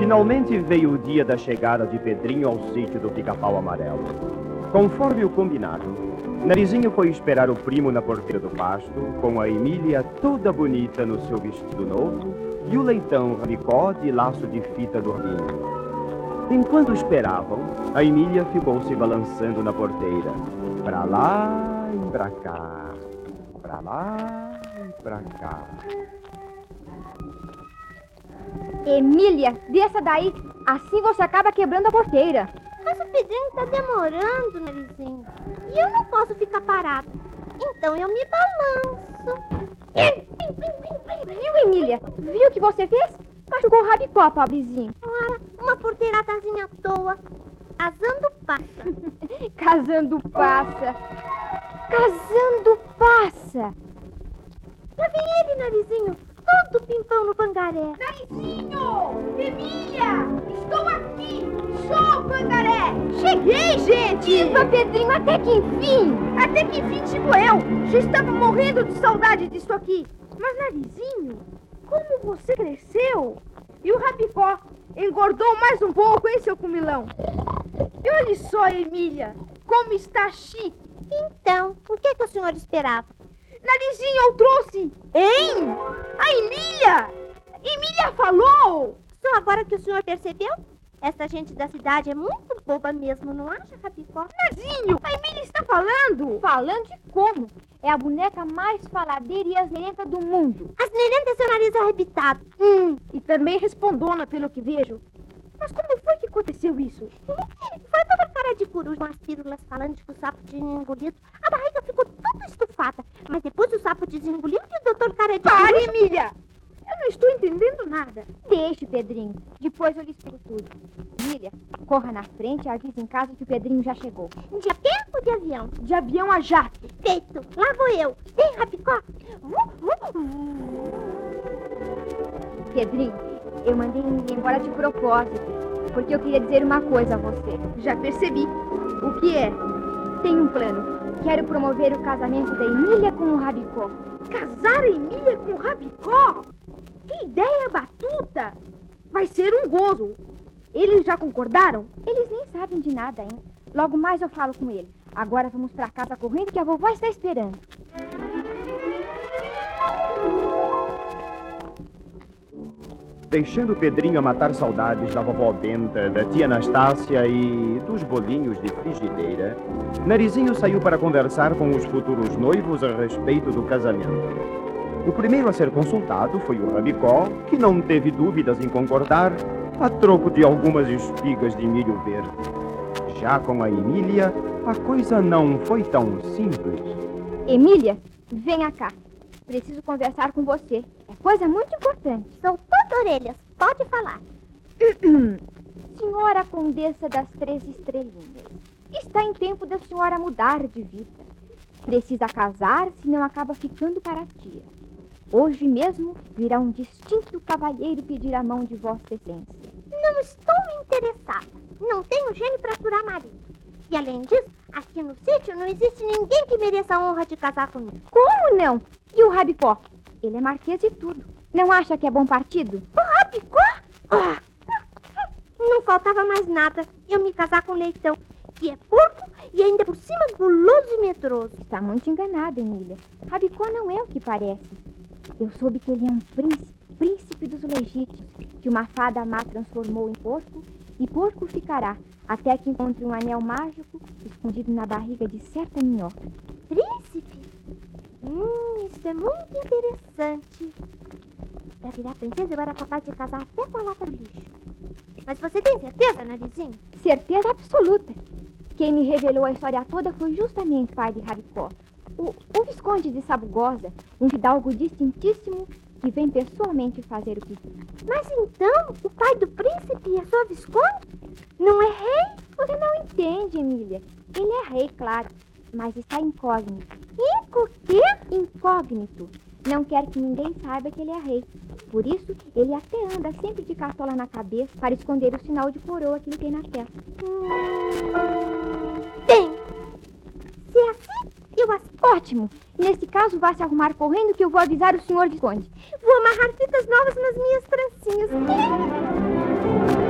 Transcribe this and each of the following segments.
Finalmente veio o dia da chegada de Pedrinho ao sítio do Pica-Pau Amarelo. Conforme o combinado, Narizinho foi esperar o primo na porteira do pasto, com a Emília toda bonita no seu vestido novo e o leitão Rabicó de laço de fita dormindo. Enquanto esperavam, a Emília ficou se balançando na porteira, pra lá e pra cá, pra lá e pra cá. Emília, desça daí, assim você acaba quebrando a porteira. Mas o Pedrinho tá demorando, Narizinho, e eu não posso ficar parado. Então eu me balanço. Viu, Emília? Viu o que você fez? Machucou o Rabicó, pobrezinho. Ora, uma porteiratazinha à toa. Casando passa. Casando passa. Casando passa. Lá vem ele, Narizinho, todo pimpão no pangaré. Narizinho! Emília! Estou aqui! Sou o Pangaré! Cheguei, gente! Viva, Pedrinho, até que enfim! Até que enfim chegou eu! Já estava morrendo de saudade disso aqui. Mas, Narizinho, como você cresceu? E o Rabicó engordou mais um pouco, hein, seu comilão? E olhe só, Emília, como está chique. Então, o que o senhor esperava? Narizinho, eu trouxe, hein? A Emília! Emília falou! Só agora que o senhor percebeu? Essa gente da cidade é muito boba mesmo, não acha, Rabicó? Narizinho, a Emília está falando! Falando de como? É a boneca mais faladeira e asnerenta do mundo. Asnerenta é seu nariz arrebitado. E também respondona, pelo que vejo. Mas como foi que aconteceu isso? Foi toda cara de coruja, umas pílulas falando que o sapo tinha engolido. A barriga ficou toda estufada. Mas depois o sapo desengoliu e o doutor cara de Pare, coruja... Emília! Eu não estou entendendo nada. Deixe, Pedrinho. Depois eu lhe explico tudo. Emília, corra na frente e avise em casa que o Pedrinho já chegou. De a pé ou de avião? De avião a jato. Feito. Lá vou eu. Vem, Rabicó. Pedrinho, eu mandei ele embora de propósito, porque eu queria dizer uma coisa a você. Já percebi. O que é? Tenho um plano. Quero promover o casamento da Emília com o Rabicó. Casar a Emília com o Rabicó? Que ideia batuta! Vai ser um gozo. Eles já concordaram? Eles nem sabem de nada ainda. Logo mais eu falo com ele. Agora vamos pra casa correndo que a vovó está esperando. Deixando Pedrinho a matar saudades da vovó Benta, da tia Anastácia e dos bolinhos de frigideira, Narizinho saiu para conversar com os futuros noivos a respeito do casamento. O primeiro a ser consultado foi o Rabicó, que não teve dúvidas em concordar, a troco de algumas espigas de milho verde. Já com a Emília, a coisa não foi tão simples. Emília, venha cá. Preciso conversar com você. É coisa muito importante. Sou toda orelhas. Pode falar. Senhora Condessa das Três Estrelinhas, está em tempo da senhora mudar de vida. Precisa casar, senão acaba ficando para a tia. Hoje mesmo virá um distinto cavalheiro pedir a mão de Vossa Excelência. Não estou interessada. Não tenho gênio para aturar marido. E além disso, aqui no sítio não existe ninguém que mereça a honra de casar comigo. Como não? E o Rabicó? Ele é marquês de tudo. Não acha que é bom partido? O Rabicó? Não faltava mais nada. Eu me casar com o Leitão, que é porco e ainda por cima guloso e medroso. Está muito enganada, Emília. Rabicó não é o que parece. Eu soube que ele é um príncipe dos legítimos, que uma fada má transformou em porco, e porco ficará, até que encontre um anel mágico escondido na barriga de certa minhoca. Príncipe? Isso é muito interessante. Para virar princesa, eu era capaz de casar até com a lata do lixo. Mas você tem certeza, Narizinho? Certeza absoluta. Quem me revelou a história toda foi justamente o pai de Rabicó, o Visconde de Sabugosa, um fidalgo distintíssimo que vem pessoalmente fazer o pedido. Mas então, o pai do príncipe é só Visconde? Não é rei? Você não entende, Emília. Ele é rei, claro, mas está incógnito. Quê? Incógnito. Não quer que ninguém saiba que ele é rei. Por isso, ele até anda sempre de cartola na cabeça para esconder o sinal de coroa que ele tem na testa. Tem. Se é assim, eu aceito. Ótimo. Nesse caso, vá se arrumar correndo que eu vou avisar o senhor Visconde. Vou amarrar fitas novas nas minhas trancinhas.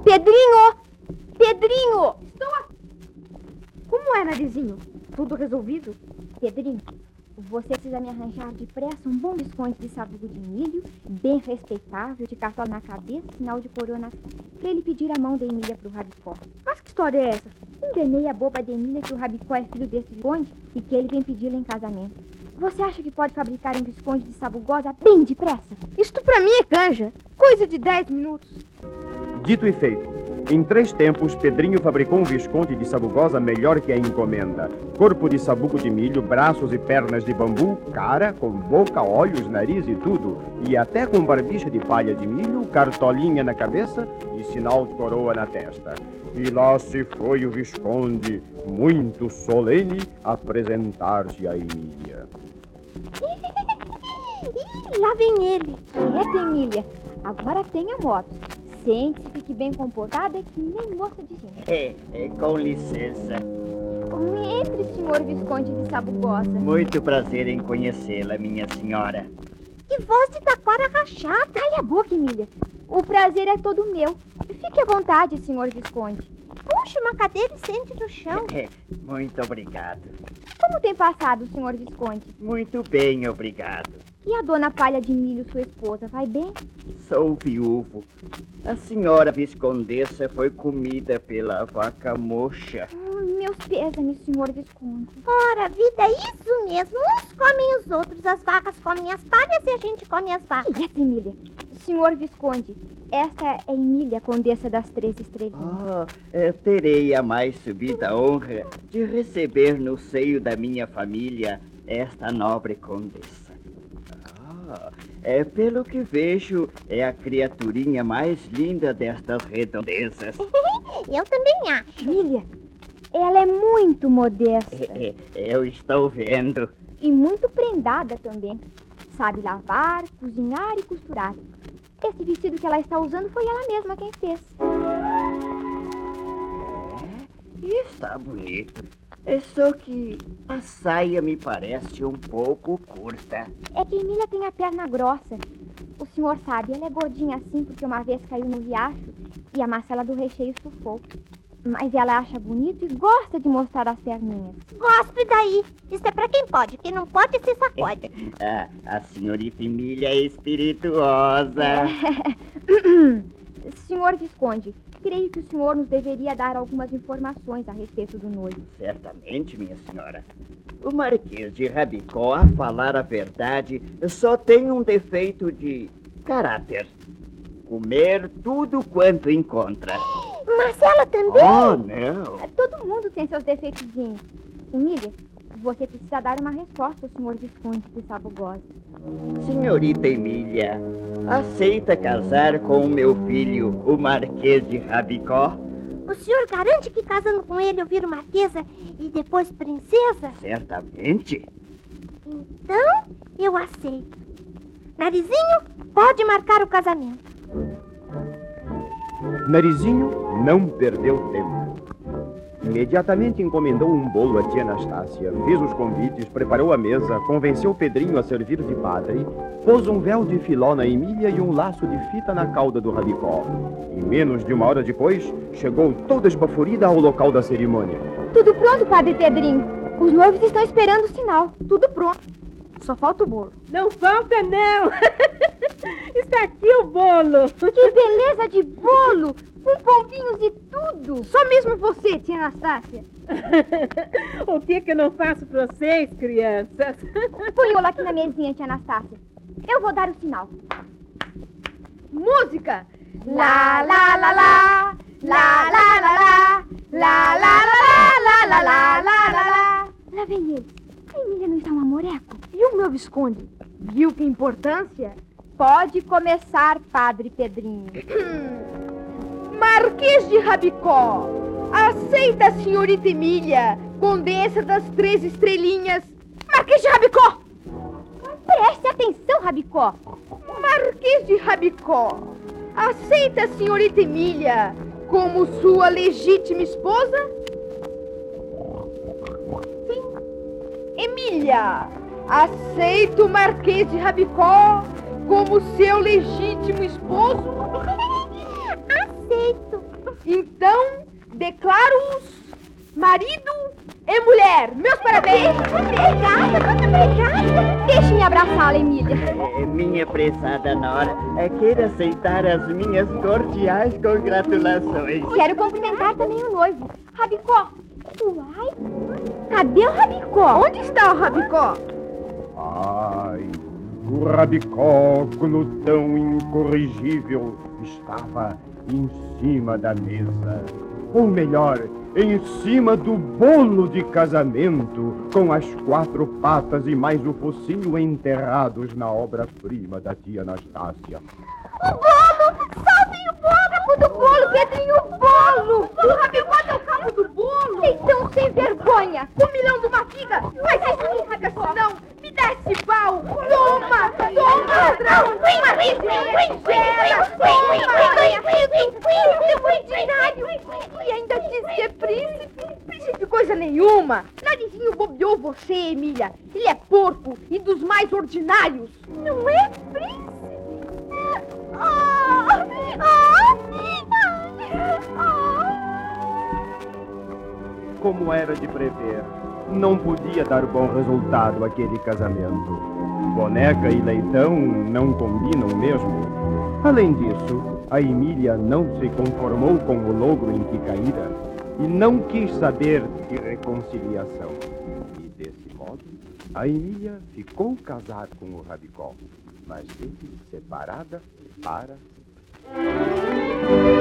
Pedrinho! Pedrinho! Estou aqui. Como é, Narizinho? Tudo resolvido? Pedrinho, você precisa me arranjar depressa um bom visconde de sabugo de milho, bem respeitável, de cartola na cabeça, sinal de corona, pra ele pedir a mão da Emília pro Rabicó. Mas que história é essa? Enganei a boba da Emília que o Rabicó é filho desse visconde e que ele vem pedi-la em casamento. Você acha que pode fabricar um visconde de sabugosa bem depressa? Isto pra mim é canja. Coisa de 10 minutos. Dito e feito. Em 3 tempos, Pedrinho fabricou um visconde de sabugosa melhor que a encomenda. Corpo de sabugo de milho, braços e pernas de bambu, cara, com boca, olhos, nariz e tudo. E até com barbicha de palha de milho, cartolinha na cabeça e sinal de coroa na testa. E lá se foi o visconde, muito solene, apresentar-se a Emília. Ih, lá vem ele. Quieta, Emília. Agora tenha moto. Sente-se, fique bem comportada, que nem moça de gente. Com licença. Entre, senhor visconde de sabugosa. Muito prazer em conhecê-la, minha senhora. Que voz de taquara rachada. Cale a boca, Emília. O prazer é todo meu. Fique à vontade, senhor visconde. Puxe uma cadeira e sente no chão. Muito obrigado. Como tem passado, senhor visconde? Muito bem, obrigado. E a dona Palha de Milho, sua esposa, vai bem? Sou viúvo. A senhora viscondessa foi comida pela vaca mocha. Meus pêsames, senhor visconde. Ora, vida, é isso mesmo. Uns comem os outros, as vacas comem as palhas e a gente come as vacas. E essa Emília? Senhor visconde, esta é Emília, condessa das 3 estrelinhas. Terei a mais subida honra de receber no seio da minha família esta nobre condessa. Pelo que vejo, é a criaturinha mais linda destas redondezas. Eu também acho. Emília, ela é muito modesta. Eu estou vendo. E muito prendada também. Sabe lavar, cozinhar e costurar. Esse vestido que ela está usando foi ela mesma quem fez. Está bonito. É só que a saia me parece um pouco curta. É que Emília tem a perna grossa. O senhor sabe, ela é gordinha assim porque uma vez caiu no riacho e a macela do recheio estufou. Mas ela acha bonito e gosta de mostrar as perninhas. Gosto, e daí? Isso é pra quem pode. Quem não pode se sacode. A senhorita Emília é espirituosa. Senhor visconde, creio que o senhor nos deveria dar algumas informações a respeito do noivo. Certamente, minha senhora. O Marquês de Rabicó, a falar a verdade, só tem um defeito de caráter. Comer tudo quanto encontra. Marcela também? Oh, não. Todo mundo tem seus defeitozinhos. Emília, você precisa dar uma resposta ao senhor visconde de Sabugosa. Senhorita Emília, aceita casar com o meu filho, o Marquês de Rabicó? O senhor garante que casando com ele eu viro marquesa e depois princesa? Certamente. Então, eu aceito. Narizinho, pode marcar o casamento. Narizinho não perdeu tempo. Imediatamente encomendou um bolo à tia Anastácia, fez os convites, preparou a mesa, convenceu Pedrinho a servir de padre, pôs um véu de filó na Emília e um laço de fita na cauda do Rabicó. E menos de 1 hora depois, chegou toda esbaforida ao local da cerimônia. Tudo pronto, padre Pedrinho. Os noivos estão esperando o sinal. Tudo pronto. Só falta o bolo. Não falta, não. Está aqui o bolo. Que beleza de bolo! Com pombinhos e tudo. Só mesmo você, tia Anastácia. O que eu não faço para vocês, crianças? Põe o aqui na mesinha, tia Anastácia. Eu vou dar o sinal. Música! Lá, lá, lá, lá. Lá, lá, lá, lá. Lá, lá, lá, lá, lá, lá, lá, lá, lá. Lá vem ele. A Emília não está um amoreco. E o meu visconde? Viu que importância? Pode começar, padre Pedrinho. Marquês de Rabicó, aceita a senhorita Emília, condessa das 3 estrelinhas. Marquês de Rabicó! Preste atenção, Rabicó. Marquês de Rabicó, aceita a senhorita Emília como sua legítima esposa? Sim. Emília, aceita o Marquês de Rabicó como seu legítimo esposo? Aceito. Então, declaro-os marido e mulher. Meus parabéns. Obrigada, muito obrigada. Deixe-me abraçá-la, Emília. Minha prezada nora, queira aceitar as minhas cordiais congratulações. Quero cumprimentar também o noivo, Rabicó. Uai, cadê o Rabicó? Onde está o Rabicó? Ai, o Rabicó, glutão incorrigível, estava em cima da mesa. Ou melhor, em cima do bolo de casamento, com as 4 patas e mais o focinho enterrados na obra-prima da tia Anastácia. O bolo! Saltem o bolo! Cabo do bolo, Pedrinho, o bolo! O Rabicó é o cabo do bolo! Então, sem vergonha. O milhão de uma figa! Mas isso não fica assim, não! Me dá esse pau! Toma! Toma, ladrão! Uma singela! Toma! Ordinário! E ainda diz que é príncipe! Príncipe coisa nenhuma! Narizinho bobeou você, Emília! Ele é porco e dos mais ordinários! Não é príncipe? Como era de prever, não podia dar bom resultado aquele casamento. Boneca e leitão não combinam mesmo. Além disso, a Emília não se conformou com o logro em que caíra e não quis saber de reconciliação. E desse modo, a Emília ficou casar com o Rabicó, mas teve separada para sempre.